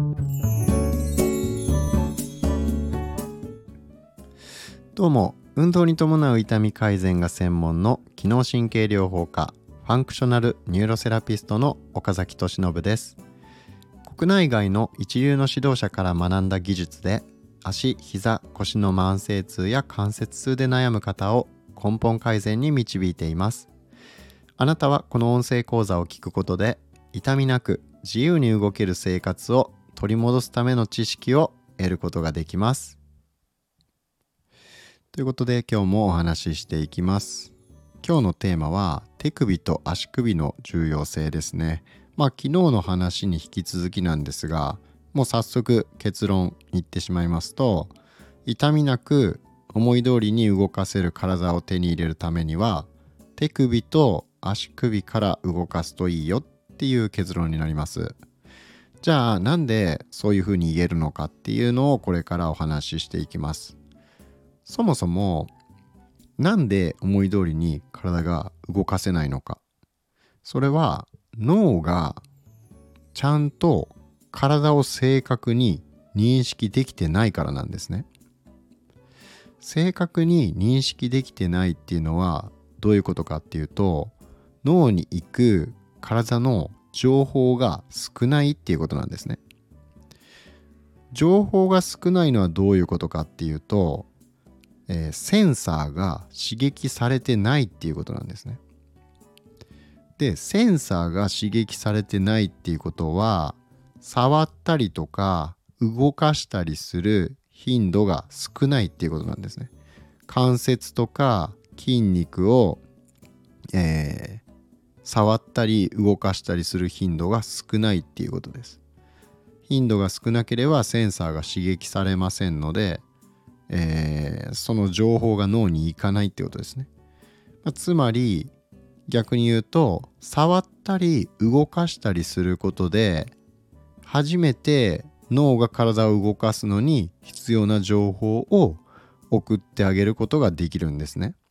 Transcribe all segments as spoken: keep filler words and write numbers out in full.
どうも、運動に伴う痛み改善が専門の機能神経療法科ファンクショナルニューロセラピストの岡崎俊信です。国内外の一流の指導者から学んだ技術で足、膝、腰の慢性痛や関節痛で悩む方を根本改善に導いています。あなたはこの音声講座を聞くことで痛みなく自由に動ける生活を取り戻すための知識を得ることができます。ということで今日もお話ししていきます。今日のテーマは手首と足首の重要性ですね。まあ昨日の話に引き続きなんですが、もう早速結論言ってしまいますと、痛みなく思い通りに動かせる体を手に入れるためには手首と足首から動かすといいよっていう結論になります。じゃあなんでそういうふうに言えるのかっていうのをこれからお話ししていきます。そもそもなんで思い通りに体が動かせないのか。それは脳がちゃんと体を正確に認識できてないからなんですね。正確に認識できてないっていうのはどういうことかっていうと、脳に行く体の情報が少ないっていうことなんですね。情報が少ないのはどういうことかっていうと、えー、センサーが刺激されてないっていうことなんですね。で、センサーが刺激されてないっていうことは、触ったりとか動かしたりする頻度が少ないっていうことなんですね。関節とか筋肉を、えー、触ったり動かしたりする頻度が少ないっていうことです。頻度が少なければセンサーが刺激されませんので、えー、その情報が脳に行かないってことですね。まあ、つまり逆に言うと、触ったり動かしたりすることで初めて脳が体を動かすのに必要な情報を送ってあげることができるんですね。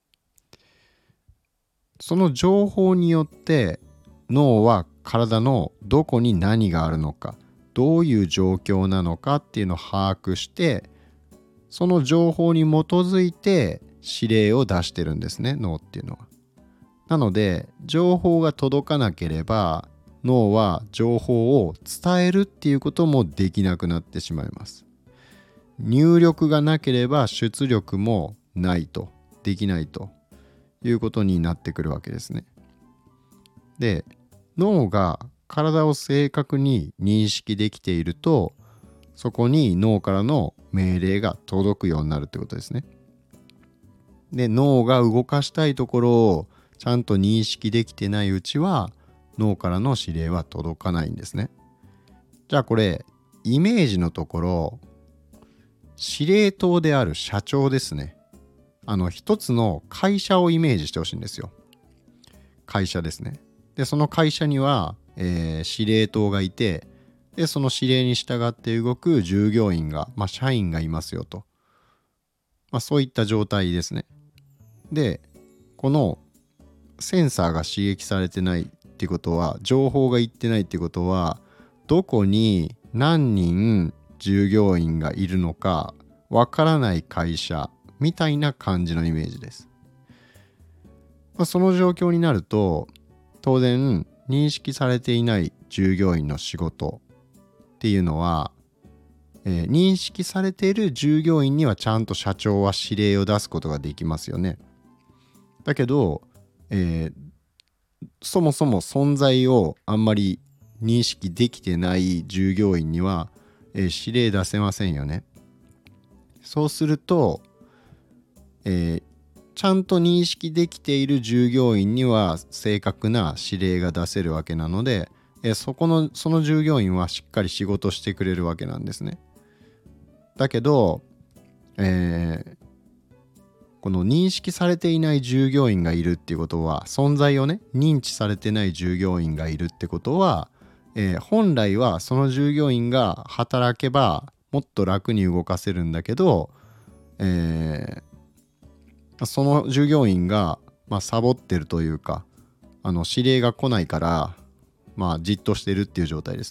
その情報によって脳は体のどこに何があるのか、どういう状況なのかっていうのを把握して、その情報に基づいて指令を出してるんですね、脳っていうのは。なので情報が届かなければ脳は情報を伝えるっていうこともできなくなってしまいます。入力がなければ出力もないと、できないということになってくるわけですね。で、脳が体を正確に認識できていると、そこに脳からの命令が届くようになるってことですね。で、脳が動かしたいところをちゃんと認識できてないうちは脳からの指令は届かないんですね。じゃあこれイメージのところ、司令塔である社長ですね。あの一つの会社をイメージしてほしいんですよ。会社ですね。で、その会社には、えー、司令塔がいて、でその指令に従って動く従業員が、まあ、社員がいますよと、まあ、そういった状態ですね。で、このセンサーが刺激されてないってことは、情報がいってないってことは、どこに何人従業員がいるのかわからない会社みたいな感じのイメージです。まあ、その状況になると、当然認識されていない従業員の仕事っていうのは、えー、認識されている従業員にはちゃんと社長は指令を出すことができますよね。だけど、えー、そもそも存在をあんまり認識できてない従業員には、えー、指令出せませんよね。そうすると、えー、ちゃんと認識できている従業員には正確な指令が出せるわけなので、えー、そこのその従業員はしっかり仕事してくれるわけなんですね。だけど、えー、この認識されていない従業員がいるっていうことは、存在をね認知されてない従業員がいるってことは、えー、本来はその従業員が働けばもっと楽に動かせるんだけど、えー、その従業員が、まあ、サボってるというか、あの指令が来ないから、まあ、じっとしてるっていう状態ですね。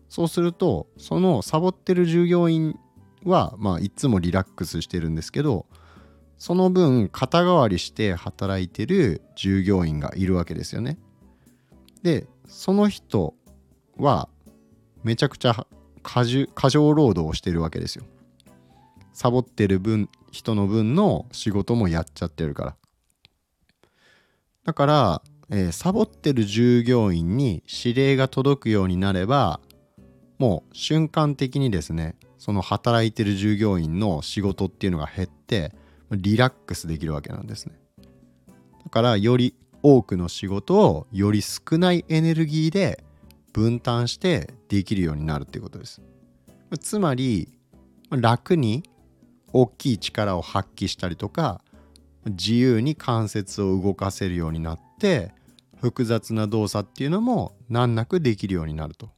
そうするとそのサボってる従業員はまあいつもリラックスしてるんですけど、その分肩代わりして働いてる従業員がいるわけですよね。でその人はめちゃくちゃ過重、過剰労働をしてるわけですよ。サボってる分人の分の仕事もやっちゃってるから。だから、えーサボってる従業員に指令が届くようになれば、もう瞬間的にですね、その働いてる従業員の仕事っていうのが減ってリラックスできるわけなんですね。だからより多くの仕事をより少ないエネルギーで分担してできるようになるっていうことです。つまり楽に大きい力を発揮したりとか、自由に関節を動かせるようになって複雑な動作っていうのも難なくできるようになると。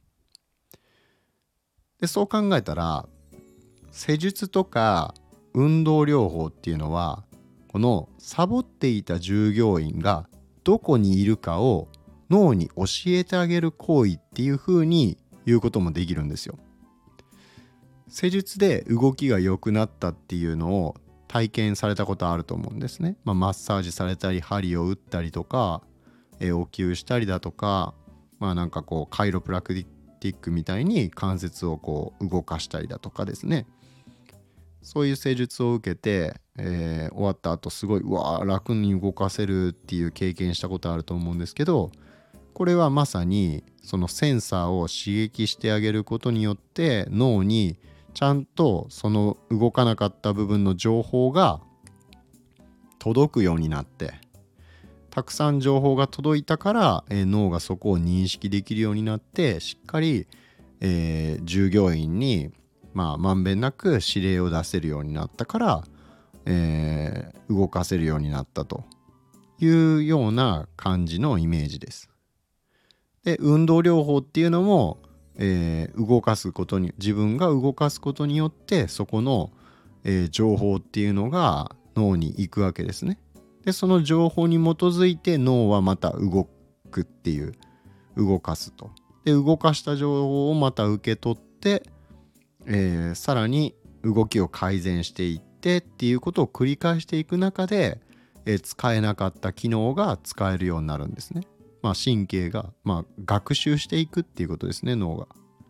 でそう考えたら施術とか運動療法っていうのは、このサボっていた従業員がどこにいるかを脳に教えてあげる行為っていう風に言うこともできるんですよ。施術で動きが良くなったっていうのを体験されたことあると思うんですね。まあ、マッサージされたり針を打ったりとか、えーお灸したりだとか、まあなんかこうカイロプラクティックみたいに関節をこう動かしたりだとかですね。そういう施術を受けて、えー終わった後すごいうわー楽に動かせるっていう経験したことあると思うんですけど、これはまさにそのセンサーを刺激してあげることによって脳にちゃんとその動かなかった部分の情報が届くようになって、たくさん情報が届いたから、えー脳がそこを認識できるようになってしっかり、えー従業員にまあまんべんなく指令を出せるようになったから、えー動かせるようになったというような感じのイメージです。で運動療法っていうのも、えー動かすことに自分が動かすことによってそこの、えー情報っていうのが脳に行くわけですね。でその情報に基づいて脳はまた動くっていう、動かすと。で動かした情報をまた受け取って、えーさらに動きを改善していってっていうことを繰り返していく中で、えー使えなかった機能が使えるようになるんですね。まあ神経が、まあ、学習していくっていうことですね、脳が。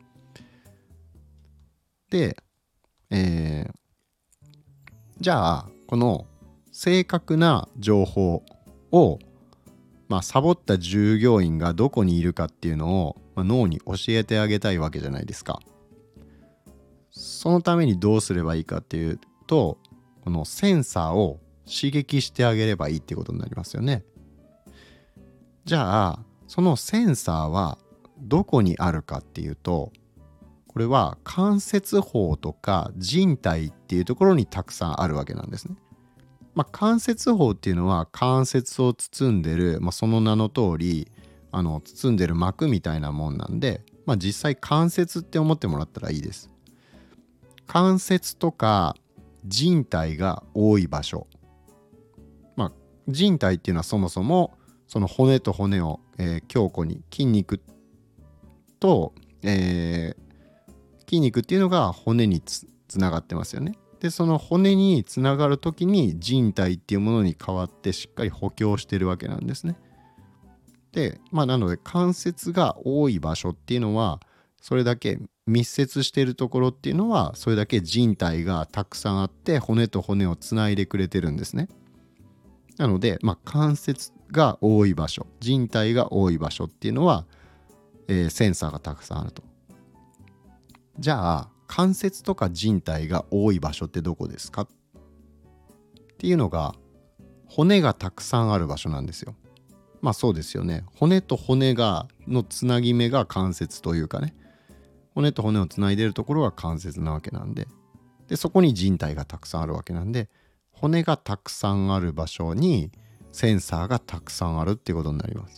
で、えーじゃあこの正確な情報を、まあ、サボった従業員がどこにいるかっていうのを、まあ、脳に教えてあげたいわけじゃないですか。そのためにどうすればいいかっていうと、このセンサーを刺激してあげればいいってことになりますよね。じゃあそのセンサーはどこにあるかっていうと、これは関節包とか人体っていうところにたくさんあるわけなんですね。まあ、関節包っていうのは関節を包んでる、まあ、その名の通りあの包んでる膜みたいなもんなんで、まあ、実際関節って思ってもらったらいいです。関節とか人体が多い場所、まあ、人体っていうのはそもそもその骨と骨を、えー強固に筋肉と、えー筋肉っていうのが骨に つ, つながってますよね。でその骨につながる時に人体っていうものに変わってしっかり補強してるわけなんですね。でまあなので関節が多い場所っていうのはそれだけ密接しているところっていうのはそれだけ人体がたくさんあって骨と骨をつないでくれてるんですね。なので、まあ、関節が多い場所、人体が多い場所っていうのは、えーセンサーがたくさんあると。じゃあ関節とか人体が多い場所ってどこですかっていうのが、骨がたくさんある場所なんですよ。まあそうですよね。骨と骨がのつなぎ目が関節というかね、骨と骨をつないでるところが関節なわけなんで、でそこに人体がたくさんあるわけなんで、骨がたくさんある場所にセンサーがたくさんあるっていうことになります。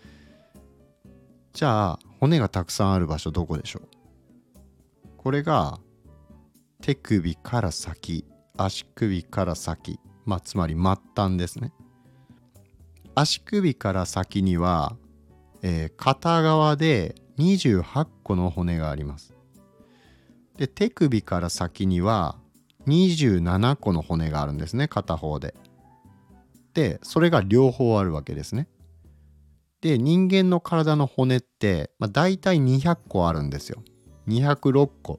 じゃあ骨がたくさんある場所どこでしょう。これが手首から先、足首から先、まあつまり末端ですね。足首から先には、えー片側でにじゅうはっこの骨があります。で、手首から先にはにじゅうななこの骨があるんですね、片方で。で、それが両方あるわけですね。で、人間の体の骨って、まあ、大体にひゃっこあるんですよ。にひゃくろっこ。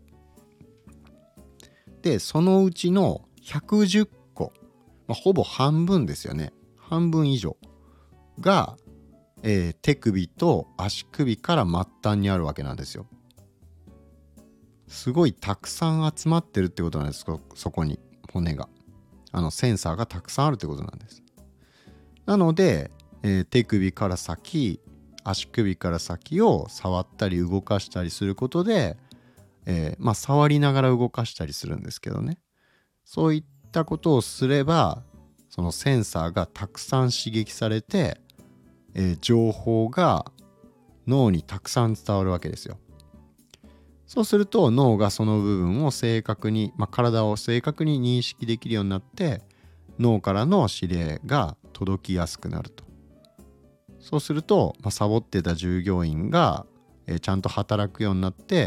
で、そのうちのひゃくじゅっこ、まあ、ほぼ半分ですよね。半分以上が、えー手首と足首から末端にあるわけなんですよ。すごいたくさん集まってるってことなんです。そ、そこに骨が。あのセンサーがたくさんあるってことなんです。なので、えー手首から先、足首から先を触ったり動かしたりすることで、えーまあ触りながら動かしたりするんですけどね。そういったことをすれば、そのセンサーがたくさん刺激されて、えー情報が脳にたくさん伝わるわけですよ。そうすると脳がその部分を正確に、まあ、体を正確に認識できるようになって、脳からの指令が届きやすくなると。そうすると、まあ、サボってた従業員が、えーちゃんと働くようになって、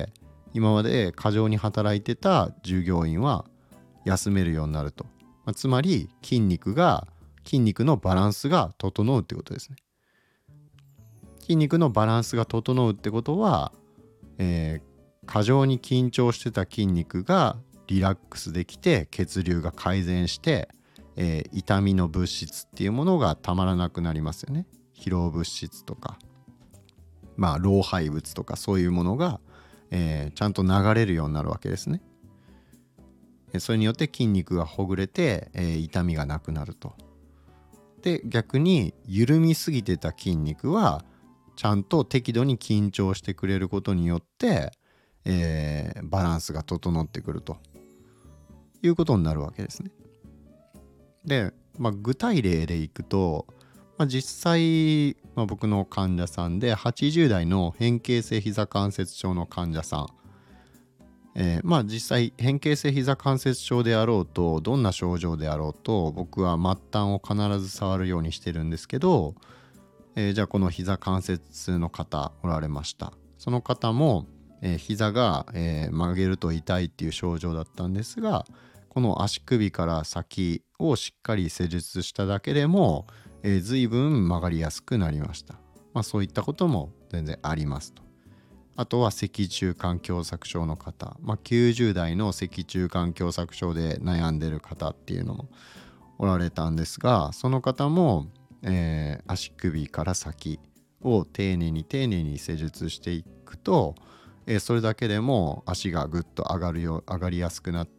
今まで過剰に働いてた従業員は休めるようになると。まあ、つまり筋肉が筋肉のバランスが整うってことですね。筋肉のバランスが整うってことは、えー過剰に緊張してた筋肉がリラックスできて血流が改善して、えー痛みの物質っていうものがたまらなくなりますよね。疲労物質とか、まあ老廃物とかそういうものが、えーちゃんと流れるようになるわけですね。それによって筋肉がほぐれて、えー痛みがなくなると。で、逆に緩みすぎてた筋肉はちゃんと適度に緊張してくれることによって、えーバランスが整ってくるということになるわけですね。で、まあ、具体例でいくと、まあ、実際、まあ、僕の患者さんではちじゅう代の変形性膝関節症の患者さん、えーまあ実際変形性膝関節症であろうとどんな症状であろうと僕は末端を必ず触るようにしてるんですけど、えーじゃあこの膝関節の方おられました。その方も、えー膝が、えー曲げると痛いっていう症状だったんですが、この足首から先をしっかり施術しただけでも、えー、随分曲がりやすくなりました。まあそういったことも全然ありますと。あとは脊柱管狭窄症の方、まあ、きゅうじゅう代の脊柱管狭窄症で悩んでる方っていうのもおられたんですが、その方も、えー足首から先を丁寧に丁寧に施術していくと、えーそれだけでも足がぐっと上がるよ上がりやすくなって、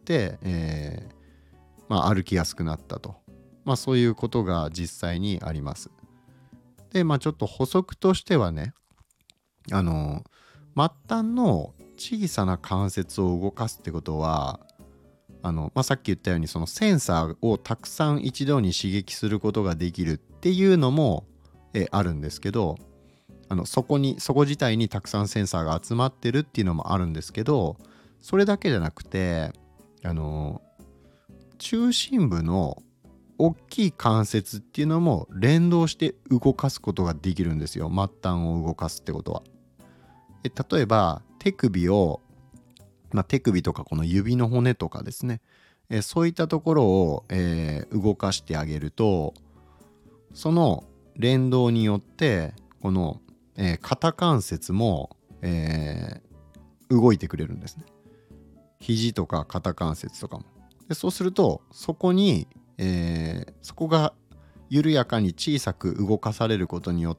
えーまあ、歩きやすくなったと、まあ、そういうことが実際にあります。で、まあ、ちょっと補足としてはね、あの末端の小さな関節を動かすってことは、あの、まあ、さっき言ったようにそのセンサーをたくさん一度に刺激することができるっていうのもえあるんですけど、あのそこにそこ自体にたくさんセンサーが集まってるっていうのもあるんですけど、それだけじゃなくて、あの中心部の大きい関節っていうのも連動して動かすことができるんですよ。末端を動かすってことは。え例えば手首を、まあ、手首とかこの指の骨とかですね、えそういったところを、えー動かしてあげると、その連動によってこの、えー肩関節も、えー動いてくれるんですね。肘とか肩関節とかも。でそうするとそこに、えーそこが緩やかに小さく動かされることによって、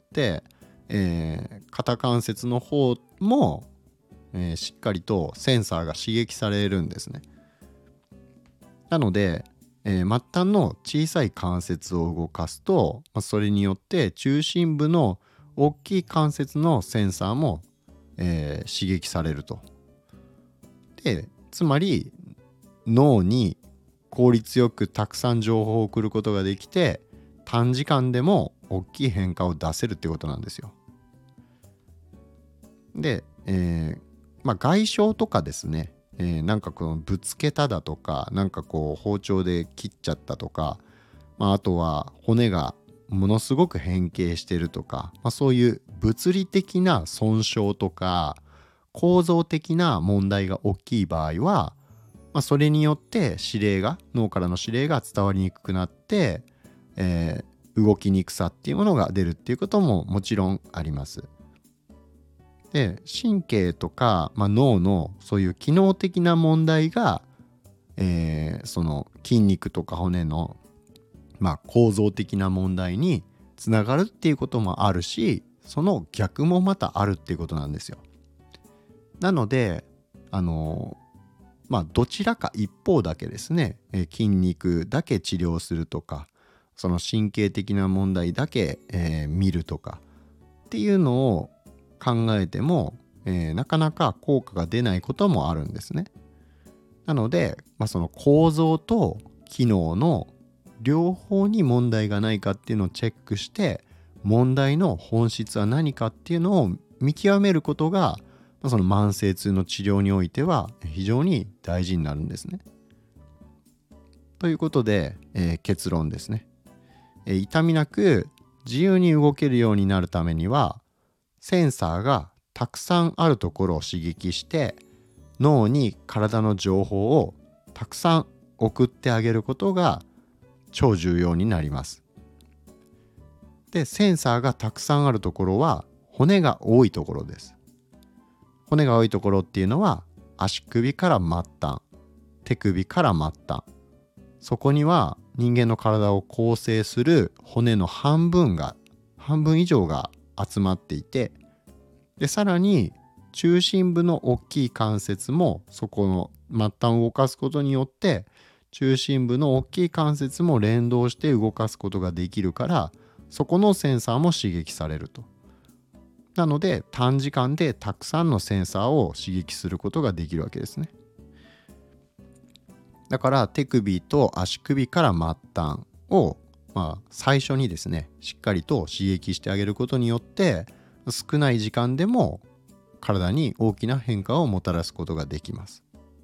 えー肩関節の方も、えーしっかりとセンサーが刺激されるんですね。なので、えー末端の小さい関節を動かすと、まあ、それによって中心部の大きい関節のセンサーも、えー刺激されると。で、つまり脳に効率よくたくさん情報を送ることができて、短時間でも大きい変化を出せるってことなんですよ。で、えーまあ、外傷とかですね、えーなんかこのぶつけただとか、なんかこう包丁で切っちゃったとか、まあ、あとは骨がものすごく変形してるとか、まあ、そういう物理的な損傷とか構造的な問題が大きい場合は、まあ、それによって指令が脳からの指令が伝わりにくくなって、えー、動きにくさっていうものが出るっていうことももちろんあります。で、神経とか、まあ、脳のそういう機能的な問題が、えー、その筋肉とか骨の、まあ、構造的な問題につながるっていうこともあるし、その逆もまたあるっていうことなんですよ。なのであのまあどちらか一方だけですね、えー、筋肉だけ治療するとか、その神経的な問題だけ、えー、見るとかっていうのを考えても、えー、なかなか効果が出ないこともあるんですね。なので、まあ、その構造と機能の両方に問題がないかっていうのをチェックして、問題の本質は何かっていうのを見極めることが、まあ、その慢性痛の治療においては非常に大事になるんですね。ということで、えー、結論ですね、えー、痛みなく自由に動けるようになるためには、センサーがたくさんあるところを刺激して脳に体の情報をたくさん送ってあげることが超重要になります。で、センサーがたくさんあるところは骨が多いところです。骨が多いところっていうのは足首から末端、手首から末端、そこには人間の体を構成する骨の半分が半分以上が集まっていて、でさらに中心部の大きい関節もそこの末端を動かすことによって中心部の大きい関節も連動して動かすことができるから、そこのセンサーも刺激されると。なので短時間でたくさんのセンサーを刺激することができるわけですね。だから手首と足首から末端を、まあ、最初にですねしっかりと刺激してあげることによって少ない時間でも体に大きな変化をもたらすことができます。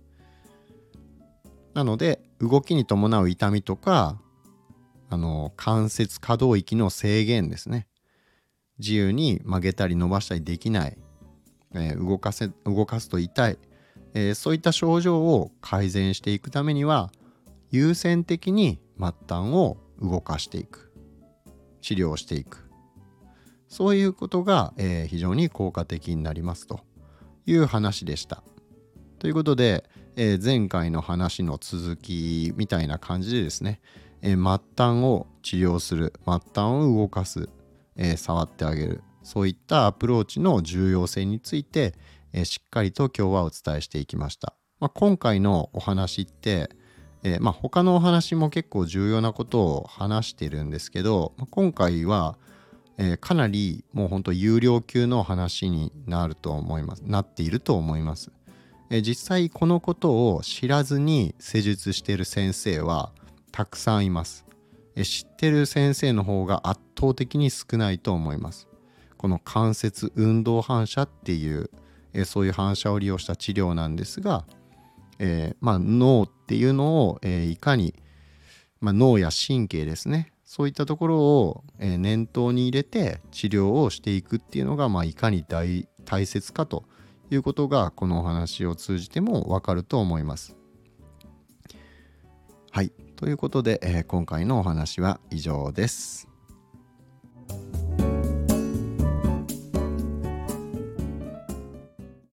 なので動きに伴う痛みとか、あの関節可動域の制限ですね、自由に曲げたり伸ばしたりできない、えー、動かせ動かすと痛い、えー、そういった症状を改善していくためには優先的に末端を動かしていく、治療していく、そういうことが、えー、非常に効果的になりますという話でした。ということで、えー、前回の話の続きみたいな感じでですね、えー、末端を治療する、末端を動かす、えー、触ってあげる、そういったアプローチの重要性について、えー、しっかりと今日はお伝えしていきました。まあ、今回のお話って、えーまあ、他のお話も結構重要なことを話してるんですけど、まあ、今回は、えー、かなりもう本当有料級の話になると思いますなっていると思います。えー、実際このことを知らずに施術している先生はたくさんいます。えー、知ってる先生の方が圧倒的に少ないと思います。この関節運動反射っていう、えー、そういう反射を利用した治療なんですが、えーまあ、脳っていうのを、えー、いかに、まあ、脳や神経ですね、そういったところを、えー、念頭に入れて治療をしていくっていうのが、まあ、いかに 大, 大切かということがこのお話を通じてもわかると思います。はい、ということで、えー、今回のお話は以上です。